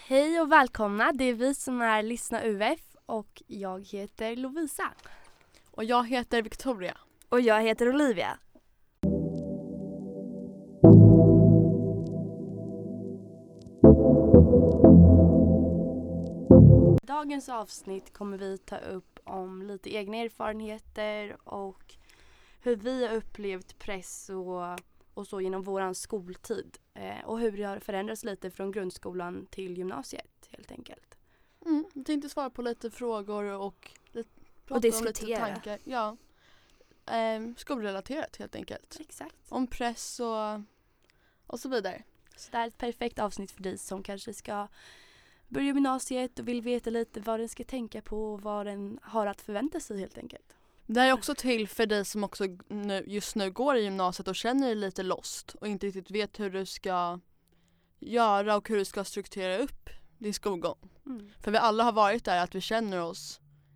Hej och välkomna, det är vi som är Lyssna UF och jag heter Lovisa. Och jag heter Victoria. Och jag heter Olivia. I dagens avsnitt kommer vi ta upp om lite egna erfarenheter och hur vi har upplevt press och så genom våran skoltid. Och hur det har förändrats lite från grundskolan till gymnasiet helt enkelt. Jag tänkte svara på lite frågor och prata diskutera. om lite tankar. Ja. Skolrelaterat helt enkelt. Exakt. Om press och så vidare. Så det är ett perfekt avsnitt för dig som kanske ska börja gymnasiet och vill veta lite vad den ska tänka på och vad den har att förvänta sig helt enkelt. Det här är också till för dig som också just nu går i gymnasiet och känner dig lite lost och inte riktigt vet hur du ska göra och hur du ska strukturera upp din skolgång. För vi alla har varit där att vi känner oss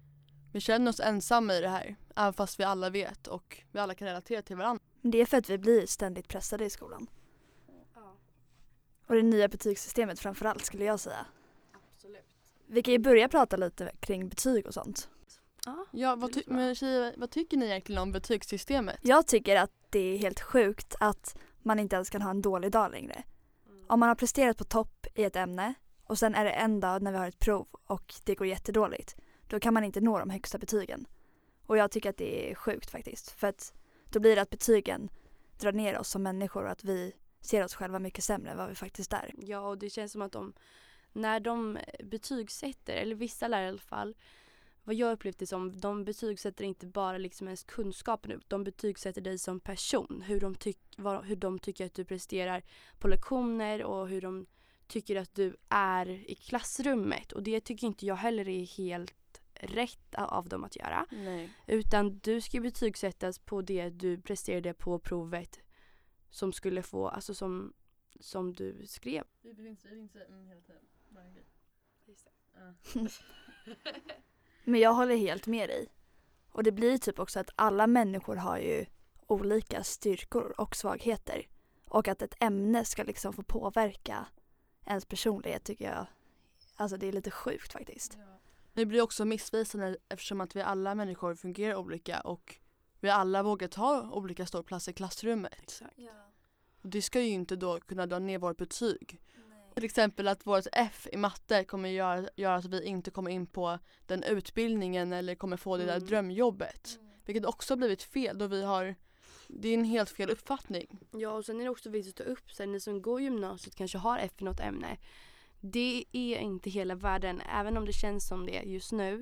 ensamma i det här, även fast vi alla vet och vi alla kan relatera till varandra. Det är för att vi blir ständigt pressade i skolan. Ja. Och det nya betygssystemet framförallt skulle jag säga. Absolut. Vi kan ju börja prata lite kring betyg och sånt. Ja, men tjejer, vad tycker ni egentligen om betygssystemet? Jag tycker att det är helt sjukt att man inte ens kan ha en dålig dag längre. Om man har presterat på topp i ett ämne och sen är det en dag när vi har ett prov och det går jättedåligt, då kan man inte nå de högsta betygen. Och jag tycker att det är sjukt faktiskt. För att då blir det att betygen drar ner oss som människor och att vi ser oss själva mycket sämre än vad vi faktiskt är. Ja, och det känns som att när de betygsätter, eller vissa lärare i alla fall, vad jag upplevt det som, de betygsätter inte bara liksom ens kunskapen ut, de betygsätter dig som person, hur de tycker att du presterar på lektioner och hur de tycker att du är i klassrummet. Och det tycker inte jag heller är helt rätt av dem att göra. Nej. Utan du ska betygsättas på det du presterade på provet som skulle få, alltså som du skrev. Vi finns hela tiden. Men jag håller helt med dig. Och det blir typ också att alla människor har ju olika styrkor och svagheter. Och att ett ämne ska liksom få påverka ens personlighet tycker jag. Alltså det är lite sjukt faktiskt. Ja. Det blir också missvisande eftersom att vi alla människor fungerar olika och vi alla vågar ta olika stor plats i klassrummet. Exakt. Ja. Och det ska ju inte då kunna dra ner vårt betyg. Till exempel att vårt F i matte kommer göra att vi inte kommer in på den utbildningen eller kommer få det där drömjobbet. Vilket också har blivit fel då det är en helt fel uppfattning. Ja, och sen är det också viktigt att ta upp sig. Ni som går gymnasiet kanske har F i något ämne. Det är inte hela världen, även om det känns som det just nu.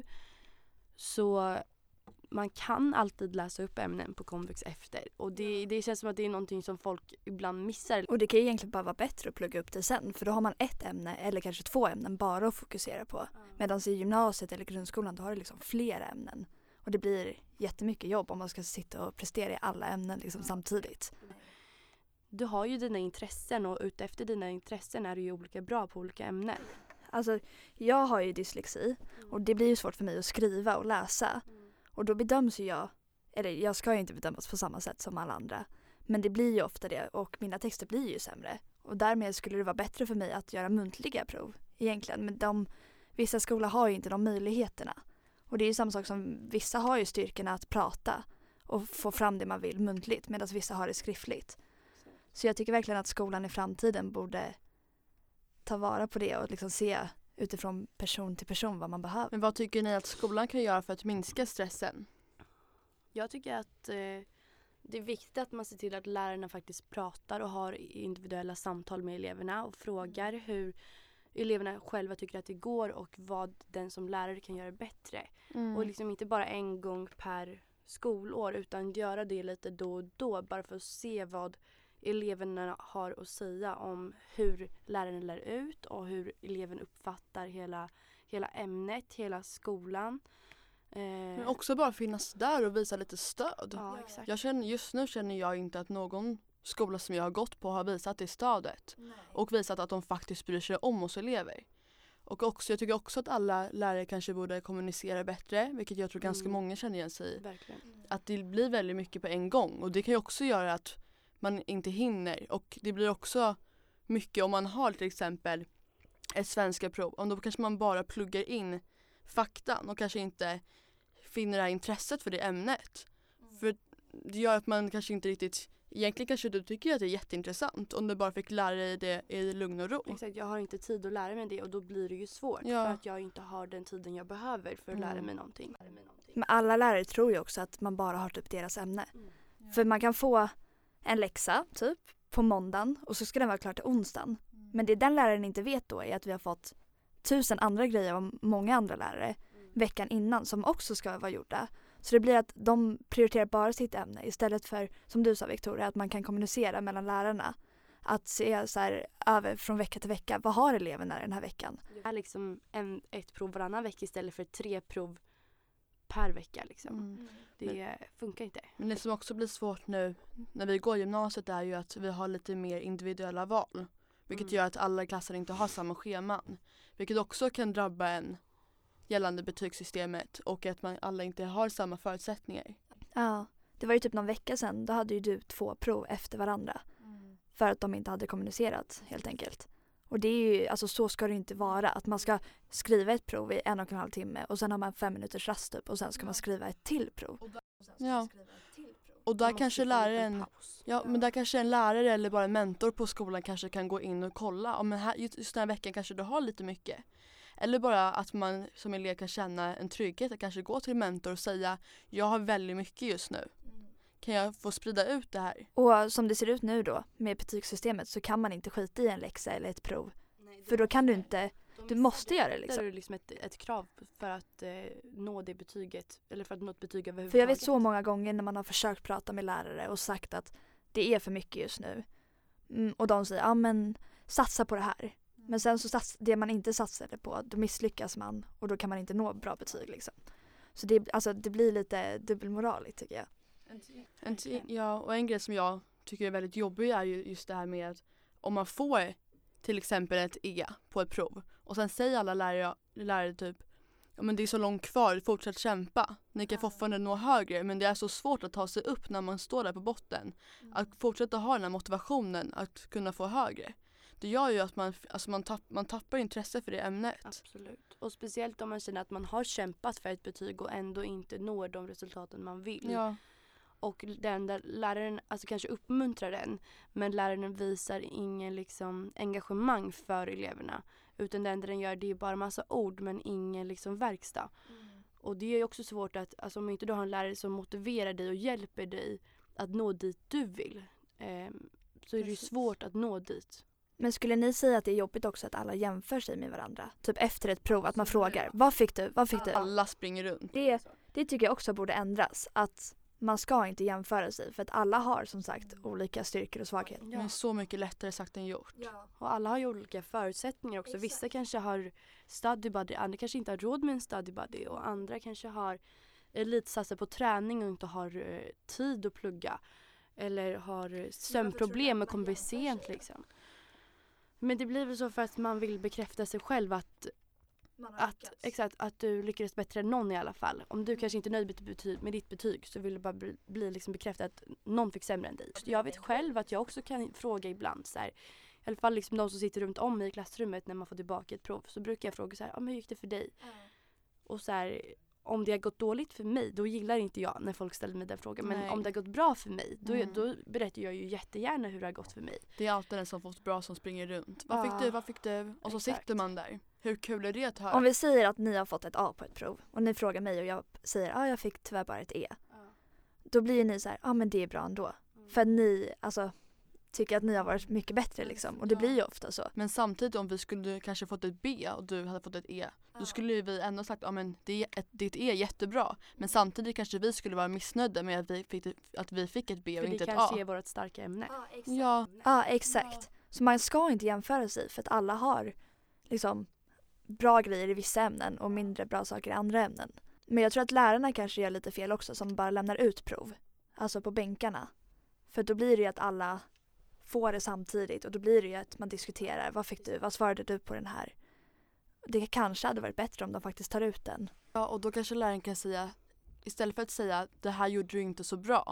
Så man kan alltid läsa upp ämnen på komvux efter. Och det känns som att det är någonting som folk ibland missar. Och det kan ju egentligen bara vara bättre att plugga upp det sen. För då har man ett ämne eller kanske 2 ämnen bara att fokusera på. Medan i gymnasiet eller grundskolan då har det liksom flera ämnen. Och det blir jättemycket jobb om man ska sitta och prestera i alla ämnen liksom samtidigt. Du har ju dina intressen och utefter dina intressen är du ju olika bra på olika ämnen. Alltså jag har ju dyslexi och det blir ju svårt för mig att skriva och läsa. Och då bedöms ju jag ska ju inte bedömas på samma sätt som alla andra. Men det blir ju ofta det och mina texter blir ju sämre. Och därmed skulle det vara bättre för mig att göra muntliga prov egentligen. Men vissa skolor har ju inte de möjligheterna. Och det är ju samma sak som vissa har ju styrkorna att prata och få fram det man vill muntligt medan vissa har det skriftligt. Så jag tycker verkligen att skolan i framtiden borde ta vara på det och liksom se utifrån person till person vad man behöver. Men vad tycker ni att skolan kan göra för att minska stressen? Jag tycker att det är viktigt att man ser till att lärarna faktiskt pratar och har individuella samtal med eleverna och frågar hur eleverna själva tycker att det går och vad den som lärare kan göra bättre. Och liksom inte bara en gång per skolår utan göra det lite då och då bara för att se vad eleverna har att säga om hur läraren lär ut och hur eleven uppfattar hela ämnet, hela skolan. Men också bara finnas där och visa lite stöd. Ja, exakt. Just nu känner jag inte att någon skola som jag har gått på har visat det stödet. Nej. Och visat att de faktiskt bryr sig om oss elever. Och jag tycker också att alla lärare kanske borde kommunicera bättre, vilket jag tror ganska många känner igen sig i. Verkligen. Att det blir väldigt mycket på en gång och det kan ju också göra att man inte hinner och det blir också mycket om man har till exempel ett svenska prov, om då kanske man bara pluggar in faktan och kanske inte finner det här intresset för det ämnet. För det gör att man kanske inte riktigt, egentligen kanske du tycker att det är jätteintressant om du bara fick lära dig det i lugn och ro. Exakt, jag har inte tid att lära mig det och då blir det ju svårt för att jag inte har den tiden jag behöver för att lära mig någonting. Men alla lärare tror ju också att man bara har typ deras ämne. För man kan få en läxa typ på måndagen och så ska den vara klar till onsdagen. Men det den läraren inte vet då är att vi har fått 1000 andra grejer av många andra lärare veckan innan som också ska vara gjorda. Så det blir att de prioriterar bara sitt ämne istället för, som du sa Victoria, att man kan kommunicera mellan lärarna. Att se så här, över från vecka till vecka, vad har eleverna den här veckan? Det är liksom ett prov varannan vecka istället för 3 prov per vecka liksom. Det funkar inte. Men det som också blir svårt nu när vi går gymnasiet är ju att vi har lite mer individuella val. Vilket gör att alla klasser inte har samma scheman. Vilket också kan drabba en gällande betygssystemet och att man alla inte har samma förutsättningar. Ja, det var ju typ någon vecka sedan. Då hade ju du 2 prov efter varandra. För att de inte hade kommunicerat helt enkelt. Och det är ju, alltså så ska det inte vara. Att man ska skriva ett prov i 1,5 timme och sen har man 5 minuters rast upp och sen ska man skriva ett till prov. Ja. Och där kanske läraren, men där kanske en lärare eller bara en mentor på skolan kanske kan gå in och kolla. Men här, just den här veckan kanske du har lite mycket. Eller bara att man som elev kan känna en trygghet att kanske gå till en mentor och säga jag har väldigt mycket just nu. Kan jag få sprida ut det här? Och som det ser ut nu då med betygssystemet så kan man inte skita i en läxa eller ett prov. För då kan du inte, du måste göra det liksom. Det är liksom ett krav för att nå det betyget eller för att nå ett betyg överhuvudtaget. För jag vet så många gånger när man har försökt prata med lärare och sagt att det är för mycket just nu. Och de säger, ja men satsa på det här. Men sen så det man inte satsade på, då misslyckas man och då kan man inte nå bra betyg liksom. Så det blir lite dubbelmoraligt tycker jag. Ja, och en grej som jag tycker är väldigt jobbig är ju just det här med att om man får till exempel ett E på ett prov och sen säger alla lärare typ ja men det är så långt kvar, fortsätt kämpa. Ni kan fortfarande nå högre men det är så svårt att ta sig upp när man står där på botten. Att fortsätta ha den här motivationen att kunna få högre. Det gör ju att man tappar intresse för det ämnet. Absolut. Och speciellt om man känner att man har kämpat för ett betyg och ändå inte når de resultaten man vill. Ja. Och den där läraren kanske uppmuntrar den men läraren visar ingen liksom engagemang för eleverna. Utan det enda den gör det är bara massa ord men ingen liksom verkstad. Och det är ju också svårt att om inte du har en lärare som motiverar dig och hjälper dig att nå dit du vill så är det ju svårt att nå dit. Men skulle ni säga att det är jobbigt också att alla jämför sig med varandra? Typ efter ett prov att man frågar, vad fick du? Vad fick du? Alla springer runt. Det tycker jag också borde ändras. Att man ska inte jämföra sig för att alla har som sagt olika styrkor och svagheter. Men så mycket lättare sagt än gjort. Ja. Och alla har ju olika förutsättningar också. Exakt. Vissa kanske har study buddy, andra kanske inte har råd med en study buddy och andra kanske har lite satsat på träning och inte har tid att plugga. Eller har sömnproblem och kommer bli sent liksom. Men det blir väl så för att man vill bekräfta sig själv att du lyckades bättre än någon i alla fall. Om du kanske inte är nöjd med ditt betyg så vill du bara bli liksom bekräftad att någon fick sämre än dig. Jag vet själv att jag också kan fråga ibland så här, i alla fall liksom de som sitter runt om i klassrummet när man får tillbaka ett prov så brukar jag fråga så här, hur gick det för dig? Och så här, om det har gått dåligt för mig då gillar inte jag när folk ställer mig den frågan. Men om det har gått bra för mig då berättar jag ju jättegärna hur det har gått för mig. Det är alltid den som fått bra som springer runt. Vad fick du? Och så sitter man där. Hur kul är det att höra? Om vi säger att ni har fått ett A på ett prov och ni frågar mig och jag säger jag fick tyvärr bara ett E. Då blir ni så här, men det är bra ändå. För att ni tycker att ni har varit mycket bättre liksom. Och det blir ju ofta så. Men samtidigt om vi skulle kanske fått ett B och du hade fått ett E. Då skulle vi ändå sagt ditt E är jättebra. Men samtidigt kanske vi skulle vara missnöjda med att vi fick ett B och inte ett A. För det kanske är vårt starka ämne. Ja, exakt. Så man ska inte jämföra sig för att alla har liksom bra grejer i vissa ämnen och mindre bra saker i andra ämnen. Men jag tror att lärarna kanske gör lite fel också som bara lämnar ut prov. Alltså på bänkarna. För då blir det ju att alla får det samtidigt och då blir det ju att man diskuterar. Vad fick du? Vad svarade du på den här? Det kanske hade varit bättre om de faktiskt tar ut den. Ja, och då kanske läraren kan säga istället för att säga det här gjorde du inte så bra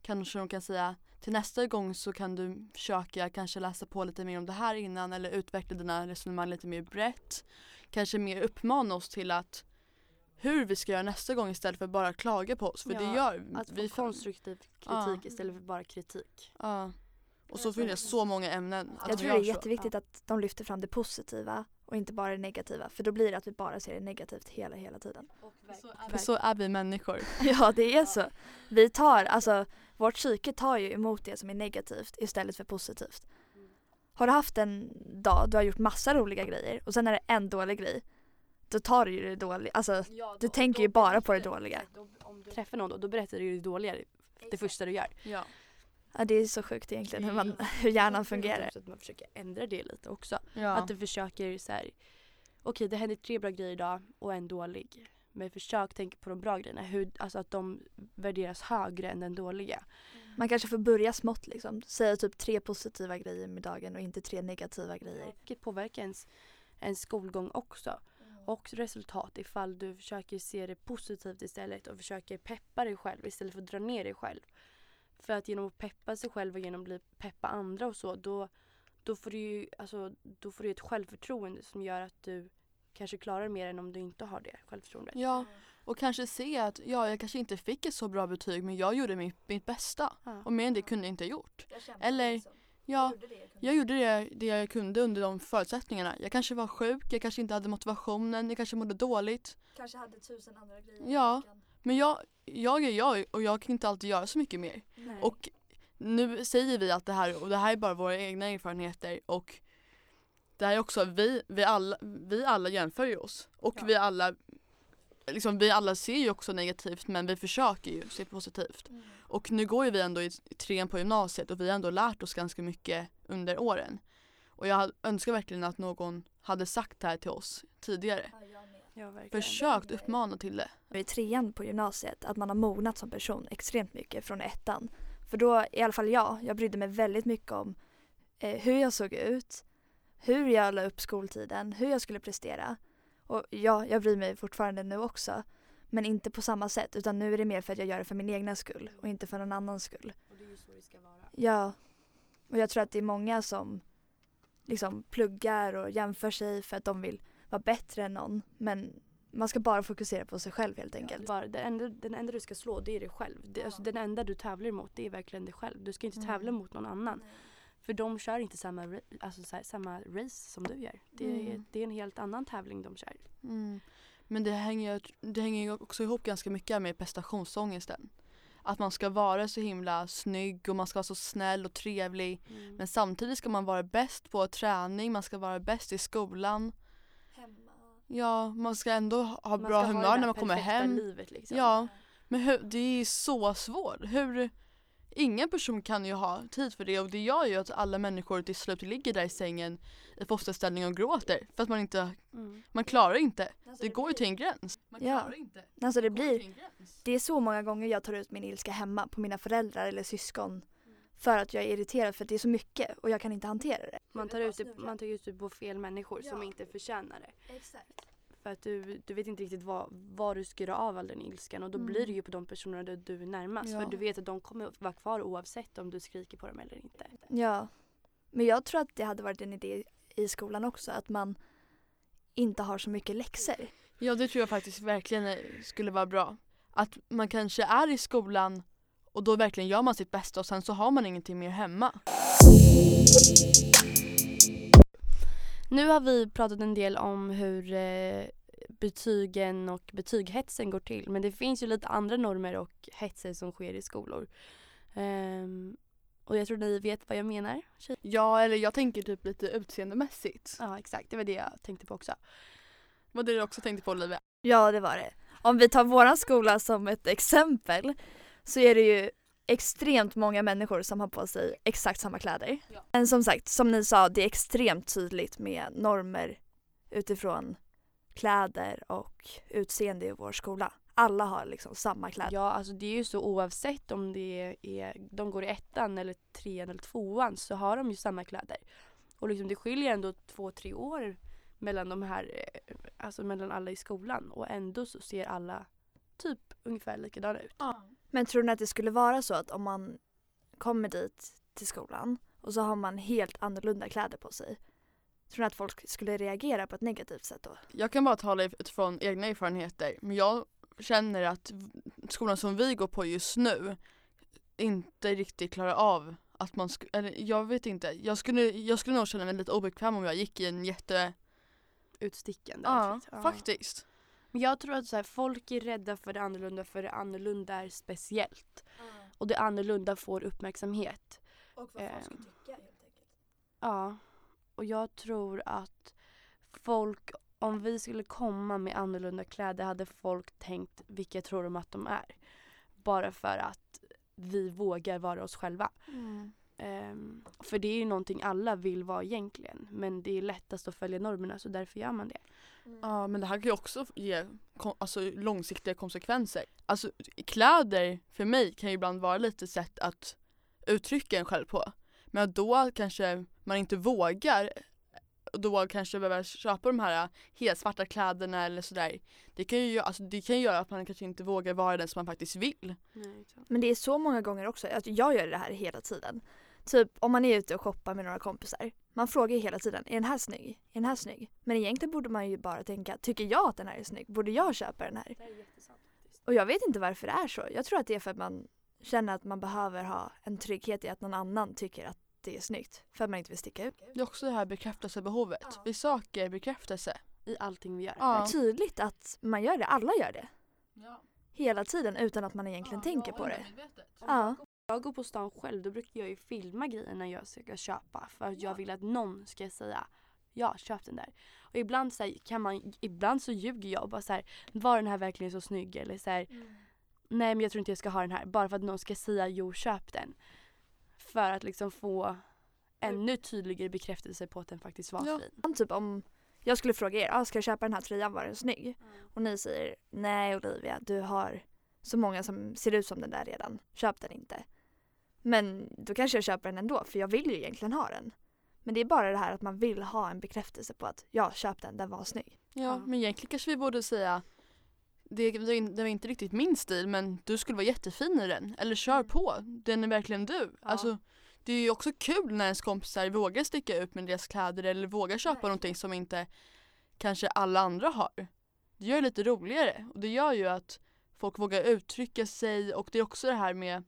kanske de kan säga till nästa gång så kan du försöka kanske läsa på lite mer om det här innan eller utveckla dina resonemang lite mer brett. Kanske mer uppmana oss till att hur vi ska göra nästa gång istället för bara klaga på oss. För det gör att få konstruktiv kritik istället för bara kritik. Ja. Och så finns det så många ämnen. Jag tror det är jätteviktigt att de lyfter fram det positiva och inte bara det negativa. För då blir det att vi bara ser det negativt hela tiden. För så är vi människor. Ja, det är så. Vi tar, alltså vårt psyke tar ju emot det som är negativt istället för positivt. Har du haft en dag, du har gjort massa roliga grejer och sen är det en dålig grej. Då tar du ju det dåliga, alltså du tänker ju bara på det dåliga. Om du träffar någon då berättar du ju det dåliga det första du gör. Ja. Ja, det är så sjukt egentligen hur hjärnan fungerar. Så att man försöker ändra det lite också. Ja. Att du försöker så här, okej, det händer 3 bra grejer idag och en dålig. Men försök tänka på de bra grejerna. Alltså att de värderas högre än den dåliga. Man kanske får börja smått liksom. Säga typ 3 positiva grejer med dagen och inte 3 negativa grejer. Det påverkar ens skolgång också. Och resultat ifall du försöker se det positivt istället och försöker peppa dig själv istället för att dra ner dig själv. För att genom att peppa sig själv och genom att peppa andra och så, då får du ett självförtroende som gör att du kanske klarar mer än om du inte har det självförtroendet. Ja, och kanske se att jag kanske inte fick ett så bra betyg men jag gjorde mitt bästa. Ja. Och mer än det kunde jag inte ha gjort. Eller, jag gjorde det jag kunde under de förutsättningarna. Jag kanske var sjuk, jag kanske inte hade motivationen, jag kanske mådde dåligt. Kanske hade 1000 andra grejer. Ja, men jag är jag och jag kan inte alltid göra så mycket mer. Nej. Och nu säger vi att det här är bara våra egna erfarenheter och det här är också vi alla jämför ju oss och vi alla ser ju också negativt men vi försöker ju se positivt. Och nu går ju vi ändå i 3 på gymnasiet och vi har ändå lärt oss ganska mycket under åren. Och jag önskar verkligen att någon hade sagt det här till oss tidigare. Försökt uppmana till det. I 3 på gymnasiet att man har mognat som person extremt mycket från 1. För då, i alla fall jag brydde mig väldigt mycket om hur jag såg ut, hur jag la upp skoltiden, hur jag skulle prestera. Och ja, jag bryr mig fortfarande nu också. Men inte på samma sätt, utan nu är det mer för att jag gör det för min egna skull och inte för någon annans skull. Och det är ju så det ska vara. Ja, och jag tror att det är många som liksom pluggar och jämför sig för att de vill vara bättre än någon. Men man ska bara fokusera på sig själv helt enkelt. Ja, den enda du ska slå, det är dig själv. Alltså, den enda du tävlar emot, det är verkligen dig själv. Du ska inte tävla mot någon annan. Nej. För de kör inte samma race som du gör. Det är en helt annan tävling de kör. Men det hänger också ihop ganska mycket med prestationsångesten. Att man ska vara så himla snygg och man ska vara så snäll och trevlig. Men samtidigt ska man vara bäst på träning, man ska vara bäst i skolan. Hemma. Ja, man ska ändå ha bra humör när man kommer hem. Livet, liksom. Ja, men det är så svårt. Ingen person kan ju ha tid för det och det gör ju att alla människor till slut ligger där i sängen i fosterställning och gråter för att man klarar inte. Alltså, det går ju till en gräns. Man klarar inte. Alltså det är så många gånger jag tar ut min ilska hemma på mina föräldrar eller syskon för att jag är irriterad för att det är så mycket och jag kan inte hantera det. Man tar ut det på fel människor som inte förtjänar det. Exakt. För att du vet inte riktigt vad du ska göra av all den ilskan. Och då blir det ju på de personerna där du är närmast. Ja. För du vet att de kommer vara kvar oavsett om du skriker på dem eller inte. Ja, men jag tror att det hade varit en idé i skolan också. Att man inte har så mycket läxor. Ja, det tror jag faktiskt verkligen skulle vara bra. Att man kanske är i skolan och då verkligen gör man sitt bästa och sen så har man ingenting mer hemma. Nu har vi pratat en del om hur betygen och betyghetsen går till. Men det finns ju lite andra normer och hetser som sker i skolor. Och jag tror ni vet vad jag menar. Ja, eller jag tänker typ lite utseendemässigt. Ja, exakt. Det var det jag tänkte på också. Var det du också tänkte på, Olivia? Ja, det var det. Om vi tar våran skola som ett exempel så är det ju extremt många människor som har på sig exakt samma kläder. Ja. Men som sagt, som ni sa, det är extremt tydligt med normer utifrån kläder och utseende i vår skola. Alla har liksom samma kläder. Ja, alltså det är ju så oavsett om de går i 1 eller 3 eller 2 så har de ju samma kläder. Och liksom det skiljer ändå 2-3 år mellan de här, alltså mellan alla i skolan. Och ändå så ser alla typ ungefär likadana ut. Ja. Men tror ni att det skulle vara så att om man kommer dit till skolan och så har man helt annorlunda kläder på sig, tror ni att folk skulle reagera på ett negativt sätt då? Jag kan bara tala utifrån egna erfarenheter, men jag känner att skolan som vi går på just nu inte riktigt klarar av att man eller jag vet inte, jag skulle nog känna mig lite obekväm om jag gick i en Utstickande. Ja, faktiskt. Men jag tror att så här, folk är rädda för det annorlunda är speciellt. Och det annorlunda får uppmärksamhet. Och vad folk ska tycka helt enkelt. Ja, och jag tror att folk, om vi skulle komma med annorlunda kläder hade folk tänkt vilka tror de att de är. Bara för att vi vågar vara oss själva. För det är ju någonting alla vill vara egentligen. Men det är lättast att följa normerna, så därför gör man det. Ja, men det här kan ju också ge långsiktiga konsekvenser. Alltså kläder för mig kan ju ibland vara lite sätt att uttrycka en själv på. Men då kanske man inte vågar, då kanske behöver köpa de här helt svarta kläderna eller sådär. Det kan ju göra att man kanske inte vågar vara den som man faktiskt vill. Nej, Men det är så många gånger också. Alltså jag gör det här hela tiden. Typ om man är ute och shoppar med några kompisar. Man frågar hela tiden, är den här snygg? Är den här snygg? Men egentligen borde man ju bara tänka, tycker jag att den här är snygg? Borde jag köpa den här? Det är jättesant faktiskt. Och jag vet inte varför det är så. Jag tror att det är för att man känner att man behöver ha en trygghet i att någon annan tycker att det är snyggt. För att man inte vill sticka ut. Det är också det här bekräftelsebehovet. Ja. Vi söker bekräftelse. I allting vi gör. Ja. Det är tydligt att man gör det. Alla gör det. Ja. Hela tiden utan att man egentligen tänker på det. Ja. Jag går på stan själv, då brukar jag ju filma grejer när jag ska köpa. För att jag vill att någon ska säga, ja, köp den där. Och ibland så här, ibland så ljuger jag och bara så här, var den här verkligen så snygg? Eller så här, nej men jag tror inte jag ska ha den här. Bara för att någon ska säga, jo köp den. För att liksom få ännu tydligare bekräftelse på att den faktiskt var fin. Typ om jag skulle fråga er, ska jag köpa den här tröjan, var den snygg? Och ni säger, nej Olivia, du har så många som ser ut som den där redan. Köp den inte. Men då kanske jag köper den ändå, för jag vill ju egentligen ha den. Men det är bara det här att man vill ha en bekräftelse på att ja, köp den var snygg. Ja, men egentligen kanske vi borde säga det var inte riktigt min stil, men du skulle vara jättefin i den. Eller kör på, den är verkligen du. Ja. Alltså, det är ju också kul när ens kompisar vågar sticka ut med deras kläder eller vågar köpa någonting som inte kanske alla andra har. Det gör det lite roligare och det gör ju att folk vågar uttrycka sig, och det är också det här med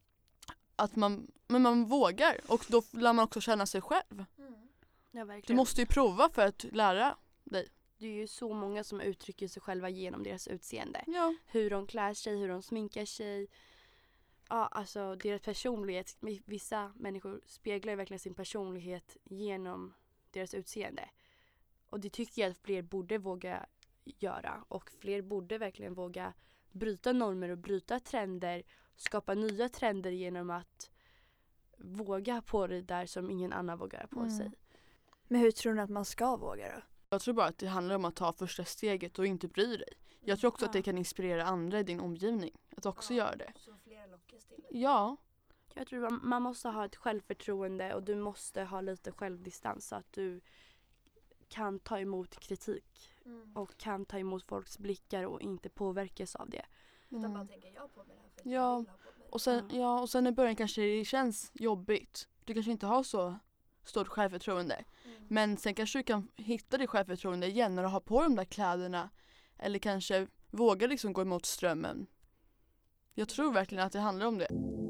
att man vågar, och då lär man också känna sig själv. Ja, Du verkligen. måste ju prova för att lära dig. Det är ju så många som uttrycker sig själva genom deras utseende. Ja. Hur de klär sig, hur de sminkar sig. Ja, alltså deras personlighet. Vissa människor speglar ju verkligen sin personlighet genom deras utseende. Och det tycker jag att fler borde våga göra. Och fler borde verkligen våga bryta normer och bryta trender. Skapa nya trender genom att våga på det där som ingen annan vågar på sig. Men hur tror ni att man ska våga då? Jag tror bara att det handlar om att ta första steget och inte bry dig. Jag tror också att det kan inspirera andra i din omgivning att också göra det. Så flera lockas till. Ja. Jag tror man måste ha ett självförtroende och du måste ha lite självdistans så att du kan ta emot kritik och kan ta emot folks blickar och inte påverkas av det. Utan bara tänka jag på mig det här för att Ja. jag vill ha på mig det. Och sen i början kanske det känns jobbigt. Du kanske inte har så stort självförtroende. Men sen kanske du kan hitta det självförtroende igen när du har på de där kläderna. Eller kanske våga liksom gå emot strömmen. Jag tror verkligen att det handlar om det.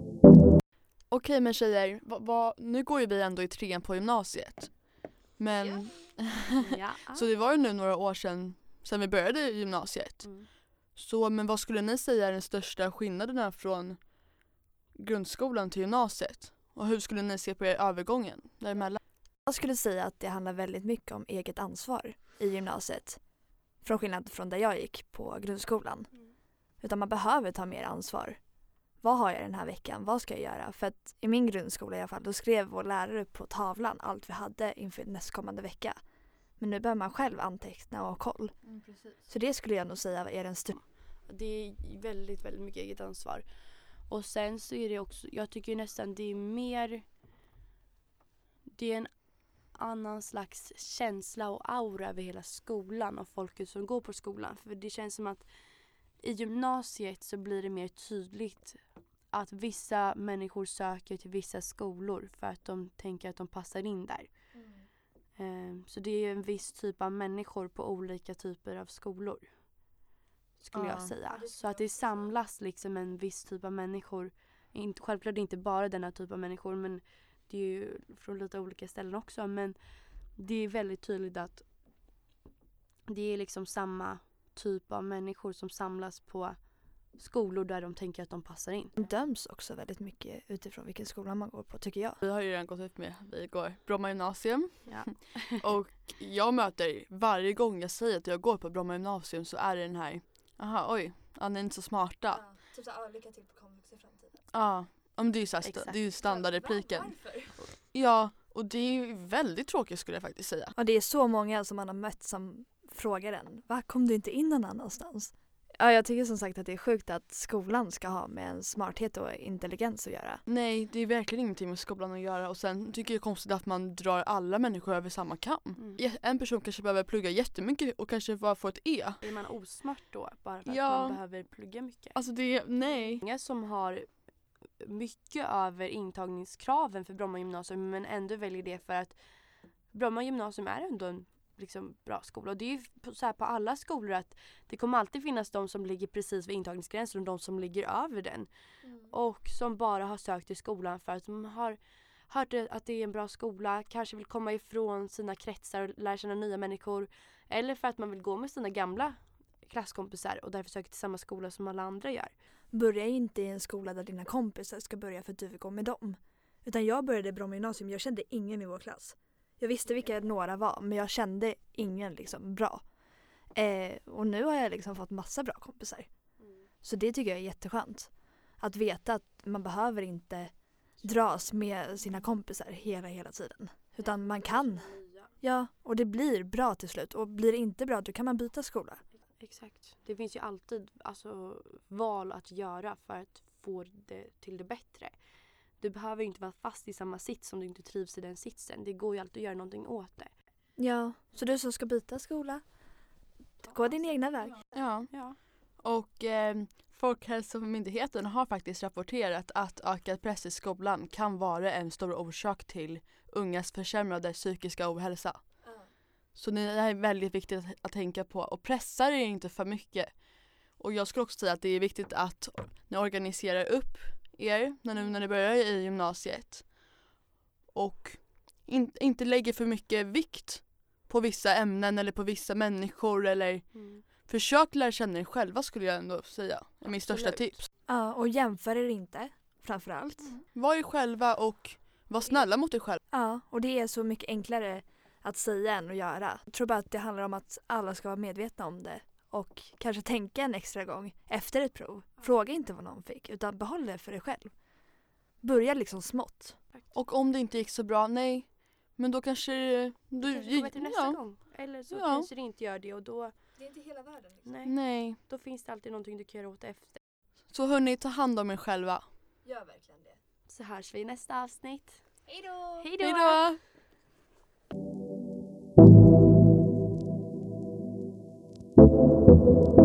Okej, men tjejer, nu går ju vi ändå i 3:an på gymnasiet. Men Ja. så det var ju nu några år sedan vi började gymnasiet. Så, men vad skulle ni säga är den största skillnaderna från grundskolan till gymnasiet? Och hur skulle ni se på er övergången däremellan? Jag skulle säga att det handlar väldigt mycket om eget ansvar i gymnasiet. Från skillnad från där jag gick på grundskolan. Utan man behöver ta mer ansvar. Vad har jag den här veckan? Vad ska jag göra? För att i min grundskola i alla fall, då skrev vår lärare på tavlan allt vi hade inför nästkommande vecka. Men nu behöver man själv anteckna och ha koll. Så det skulle jag nog säga är den största. Det är väldigt, väldigt mycket eget ansvar. Och sen så är det också, jag tycker nästan det är mer, det är en annan slags känsla och aura över hela skolan och folket som går på skolan. För det känns som att i gymnasiet så blir det mer tydligt att vissa människor söker till vissa skolor för att de tänker att de passar in där. Så det är en viss typ av människor på olika typer av skolor, skulle jag säga. Så att det samlas liksom en viss typ av människor. Självklart inte bara denna typ av människor, men det är ju från lite olika ställen också. Men det är väldigt tydligt att det är liksom samma typ av människor som samlas på skolor där de tänker att de passar in. De döms också väldigt mycket utifrån vilken skola man går på, tycker jag. Vi har ju redan gått ut med, vi går Bromma gymnasium. Ja. Och jag möter varje gång jag säger att jag går på Bromma gymnasium så är det den här, ni är inte så smarta. Typ såhär, lycka till på komvux i framtiden. Ja, men det är ju det är ju standardrepliken. Ja, och det är ju väldigt tråkigt skulle jag faktiskt säga. Och det är så många som man har mött som frågar en, va, kom du inte in någon annanstans? Ja, jag tycker som sagt att det är sjukt att skolan ska ha med en smarthet och intelligens att göra. Nej, det är verkligen ingenting med skolan att göra. Och sen tycker jag det är konstigt att man drar alla människor över samma kam. En person kanske behöver plugga jättemycket och kanske bara få ett E. Är man osmart då? Bara för att man behöver plugga mycket? Alltså nej. Många som har mycket över intagningskraven för Bromma gymnasium men ändå väljer det för att Bromma gymnasium är ändå en liksom bra skola. Och det är ju så här på alla skolor att det kommer alltid finnas de som ligger precis vid intagningsgränsen och de som ligger över den. Och som bara har sökt till skolan för att de har hört att det är en bra skola, kanske vill komma ifrån sina kretsar och lära känna nya människor. Eller för att man vill gå med sina gamla klasskompisar och därför söker till samma skola som alla andra gör. Börja inte i en skola där dina kompisar ska börja för att du vill gå med dem. Utan jag började i Bromma gymnasium, jag kände ingen i vår klass. Jag visste vilka några var, men jag kände ingen liksom bra. Och nu har jag liksom fått massa bra kompisar. Så det tycker jag är jätteskönt. Att veta att man behöver inte dras med sina kompisar hela tiden. Utan man kan. Ja, och det blir bra till slut. Och blir det inte bra, då kan man byta skola. Exakt. Det finns ju alltid val att göra för att få det till det bättre. Du behöver ju inte vara fast i samma sits om du inte trivs i den sitsen. Det går ju alltid att göra någonting åt det. Ja, så du som ska byta skola, gå din egna väg. Ja. Och Folkhälsomyndigheten har faktiskt rapporterat att ökad press i skolan kan vara en stor orsak till ungas försämrade psykiska ohälsa. Så det är väldigt viktigt att tänka på. Och pressar är inte för mycket. Och jag skulle också säga att det är viktigt att ni organiserar upp er när ni börjar i gymnasiet. Och inte lägger för mycket vikt på vissa ämnen eller på vissa människor. Eller försök lära känna er själva skulle jag ändå säga. Är min största tips. Ja, och jämför er inte framförallt. Var er själva och var snälla mot er själva. Ja, och det är så mycket enklare att säga än att göra. Jag tror bara att det handlar om att alla ska vara medvetna om det. Och kanske tänka en extra gång efter ett prov. Fråga inte vad någon fick, utan behåll det för dig själv. Börja liksom smått. Och om det inte gick så bra, nej. Men då kanske du kommer till nästa gång. Eller så kanske det inte gör det och då... Det är inte hela världen. Liksom. Nej. Då finns det alltid någonting du kan göra åt efter. Så hörni, ta hand om er själva. Gör verkligen det. Så hörs vi i nästa avsnitt. Hej då! Hej då! Hej då!